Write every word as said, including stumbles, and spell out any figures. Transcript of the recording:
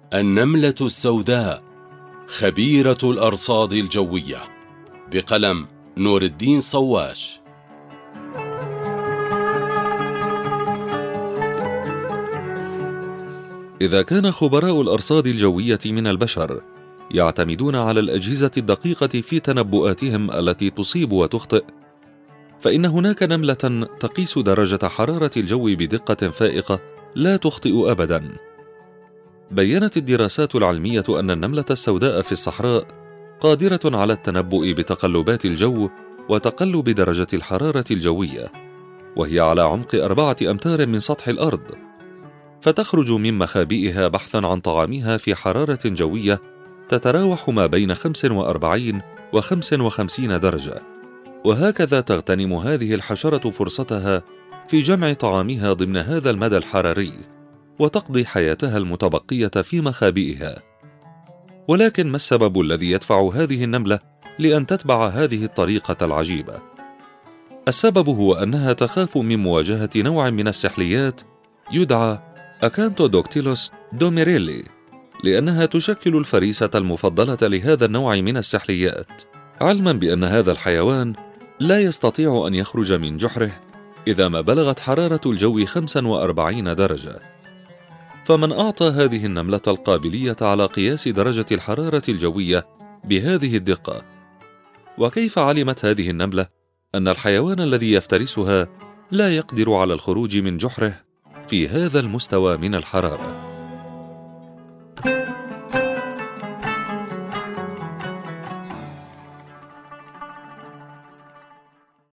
النملة السوداء، خبيرة الأرصاد الجوية، بقلم نور الدين صواش. إذا كان خبراء الأرصاد الجوية من البشر يعتمدون على الأجهزة الدقيقة في تنبؤاتهم التي تصيب وتخطئ، فإن هناك نملة تقيس درجة حرارة الجو بدقة فائقة لا تخطئ أبداً. بيّنت الدراسات العلمية أن النملة السوداء في الصحراء قادرة على التنبؤ بتقلبات الجو وتقلب درجة الحرارة الجوية، وهي على عمق أربعة أمتار من سطح الأرض، فتخرج من مخابئها بحثاً عن طعامها في حرارة جوية تتراوح ما بين خمسة وأربعين وخمسة وخمسين درجة، وهكذا تغتنم هذه الحشرة فرصتها في جمع طعامها ضمن هذا المدى الحراري، وتقضي حياتها المتبقية في مخابئها. ولكن ما السبب الذي يدفع هذه النملة لأن تتبع هذه الطريقة العجيبة؟ السبب هو أنها تخاف من مواجهة نوع من السحليات يدعى أكانثودوكتيلوس دوميريلي، لأنها تشكل الفريسة المفضلة لهذا النوع من السحليات، علما بأن هذا الحيوان لا يستطيع أن يخرج من جحره إذا ما بلغت حرارة الجو خمسة وأربعين درجة. فمن أعطى هذه النملة القابلية على قياس درجة الحرارة الجوية بهذه الدقة؟ وكيف علمت هذه النملة أن الحيوان الذي يفترسها لا يقدر على الخروج من جحره في هذا المستوى من الحرارة؟